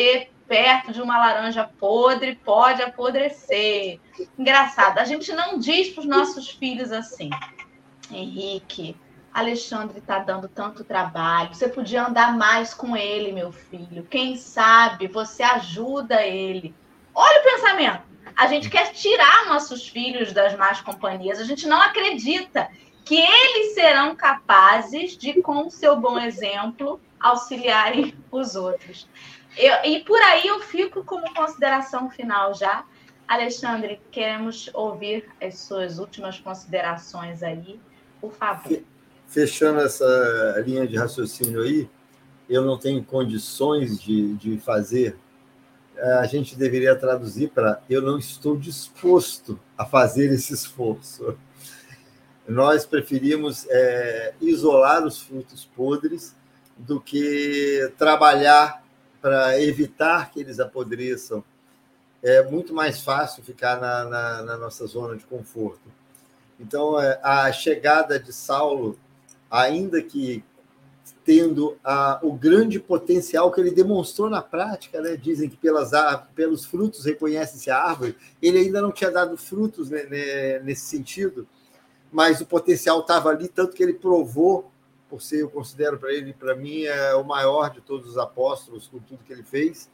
perto de uma laranja podre pode apodrecer. Engraçado, a gente não diz para os nossos filhos assim: Henrique, Alexandre está dando tanto trabalho, você podia andar mais com ele, meu filho. Quem sabe você ajuda ele. Olha o pensamento. A gente quer tirar nossos filhos das más companhias. A gente não acredita que eles serão capazes de, com o seu bom exemplo, auxiliarem os outros. Eu, e por aí eu fico como consideração final já. Alexandre, queremos ouvir as suas últimas considerações aí, por favor. Fechando essa linha de raciocínio aí, eu não tenho condições de, de fazer, a gente deveria traduzir para eu não estou disposto a fazer esse esforço. Nós preferimos é, isolar os frutos podres do que trabalhar para evitar que eles apodreçam. É muito mais fácil ficar na, na, na nossa zona de conforto. Então, a chegada de Saulo, ainda que tendo a, o grande potencial que ele demonstrou na prática, né? Dizem que pelas, pelos frutos reconhece-se a árvore, ele ainda não tinha dado frutos, né, né, nesse sentido, mas o potencial estava ali, tanto que ele provou, por ser, eu considero para ele, para mim, é o maior de todos os apóstolos, com tudo que ele fez.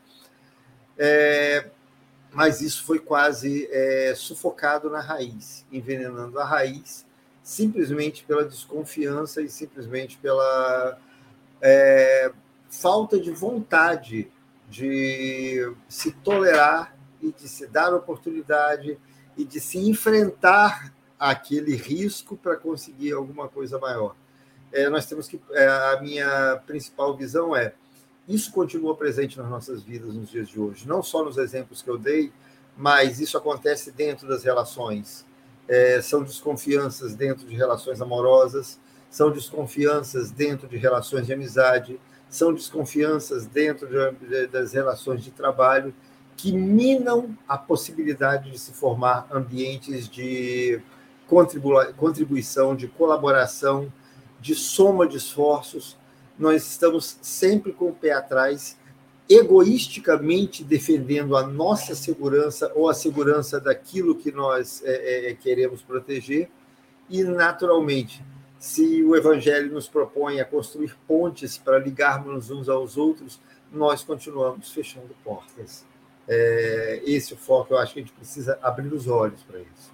É, mas isso foi quase é, sufocado na raiz, envenenando a raiz, simplesmente pela desconfiança e simplesmente pela é, falta de vontade de se tolerar e de se dar oportunidade e de se enfrentar aquele risco para conseguir alguma coisa maior. É, nós temos que... É, a minha principal visão é isso continua presente nas nossas vidas nos dias de hoje, não só nos exemplos que eu dei, mas isso acontece dentro das relações. É, são desconfianças dentro de relações amorosas, são desconfianças dentro de relações de amizade, são desconfianças dentro de, de, das relações de trabalho, que minam a possibilidade de se formar ambientes de contribu- contribuição, de colaboração, de soma de esforços. Nós estamos sempre com o pé atrás, egoisticamente defendendo a nossa segurança ou a segurança daquilo que nós é, é, queremos proteger, e, naturalmente, se o Evangelho nos propõe a construir pontes para ligarmos uns aos outros, nós continuamos fechando portas. É, esse é o foco, eu acho que a gente precisa abrir os olhos para isso.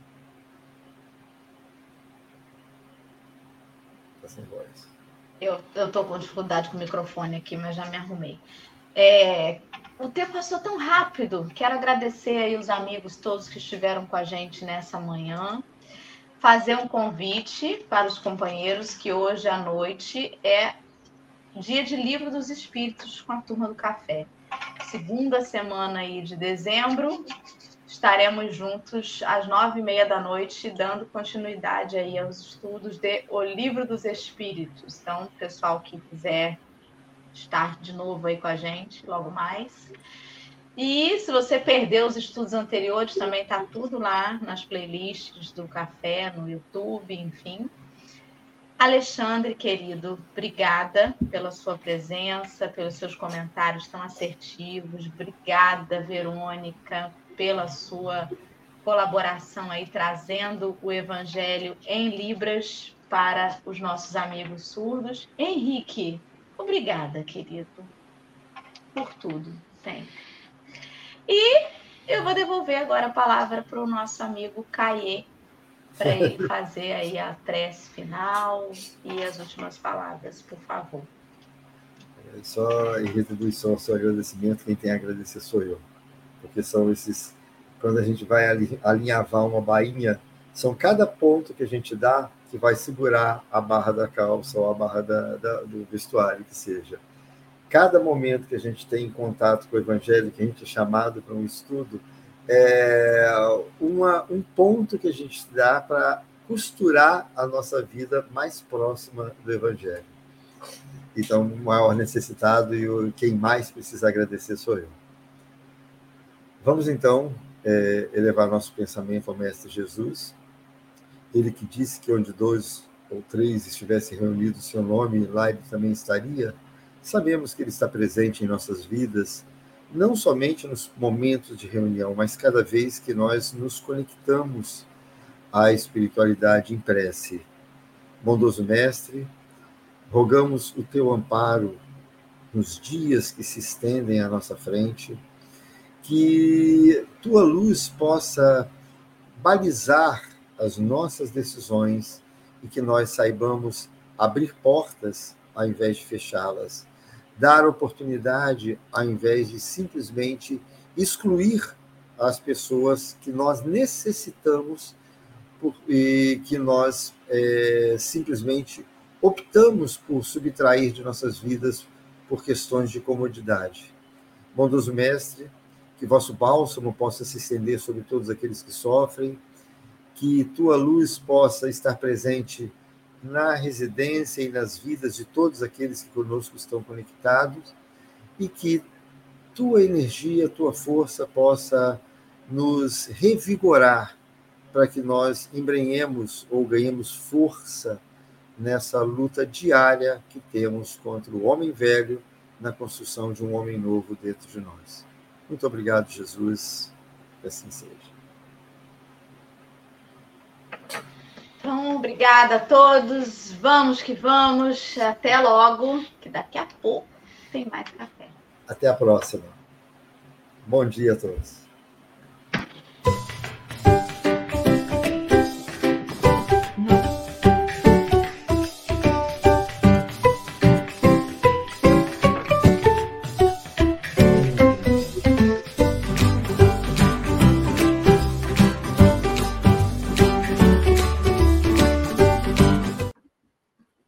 Está sem voz. Eu estou com dificuldade com o microfone aqui, mas já me arrumei. É, o tempo passou tão rápido. Quero agradecer aí os amigos todos que estiveram com a gente nessa manhã. Fazer um convite para os companheiros que hoje à noite é dia de Livro dos Espíritos com a Turma do Café. Segunda semana aí de dezembro, estaremos juntos às nove e meia da noite, dando continuidade aí aos estudos de O Livro dos Espíritos. Então, pessoal que quiser estar de novo aí com a gente, logo mais. E se você perdeu os estudos anteriores, também está tudo lá nas playlists do Café, no YouTube, enfim. Alexandre, querido, obrigada pela sua presença, pelos seus comentários tão assertivos. Obrigada, Verônica, pela sua colaboração aí, trazendo o Evangelho em Libras para os nossos amigos surdos. Henrique, obrigada, querido, por tudo, sempre. E eu vou devolver agora a palavra para o nosso amigo Caê, para ele fazer aí a prece final e as últimas palavras, por favor. É só em retribuição ao seu agradecimento, quem tem a agradecer sou eu. Porque são esses... Quando a gente vai alinhavar uma bainha, são cada ponto que a gente dá que vai segurar a barra da calça ou a barra da, da, do vestuário, que seja. Cada momento que a gente tem em contato com o Evangelho, que a gente é chamado para um estudo, é uma, um ponto que a gente dá para costurar a nossa vida mais próxima do Evangelho. Então, o maior necessitado e o, quem mais precisa agradecer sou eu. Vamos, então, é, elevar nosso pensamento ao Mestre Jesus, ele que disse que onde dois ou três estivessem reunidos em seu nome, lá ele também estaria. Sabemos que ele está presente em nossas vidas, não somente nos momentos de reunião, mas cada vez que nós nos conectamos à espiritualidade em prece. Bondoso Mestre, rogamos o teu amparo nos dias que se estendem à nossa frente, que tua luz possa balizar as nossas decisões e que nós saibamos abrir portas ao invés de fechá-las, dar oportunidade ao invés de simplesmente excluir as pessoas que nós necessitamos por, e que nós é, simplesmente optamos por subtrair de nossas vidas por questões de comodidade. Bondoso Mestre, que vosso bálsamo possa se estender sobre todos aqueles que sofrem, que tua luz possa estar presente na residência e nas vidas de todos aqueles que conosco estão conectados, e que tua energia, tua força possa nos revigorar para que nós embrenhemos ou ganhemos força nessa luta diária que temos contra o homem velho na construção de um homem novo dentro de nós. Muito obrigado, Jesus. Que assim seja. Então, obrigada a todos. Vamos que vamos. Até logo, que daqui a pouco tem mais café. Até a próxima. Bom dia a todos.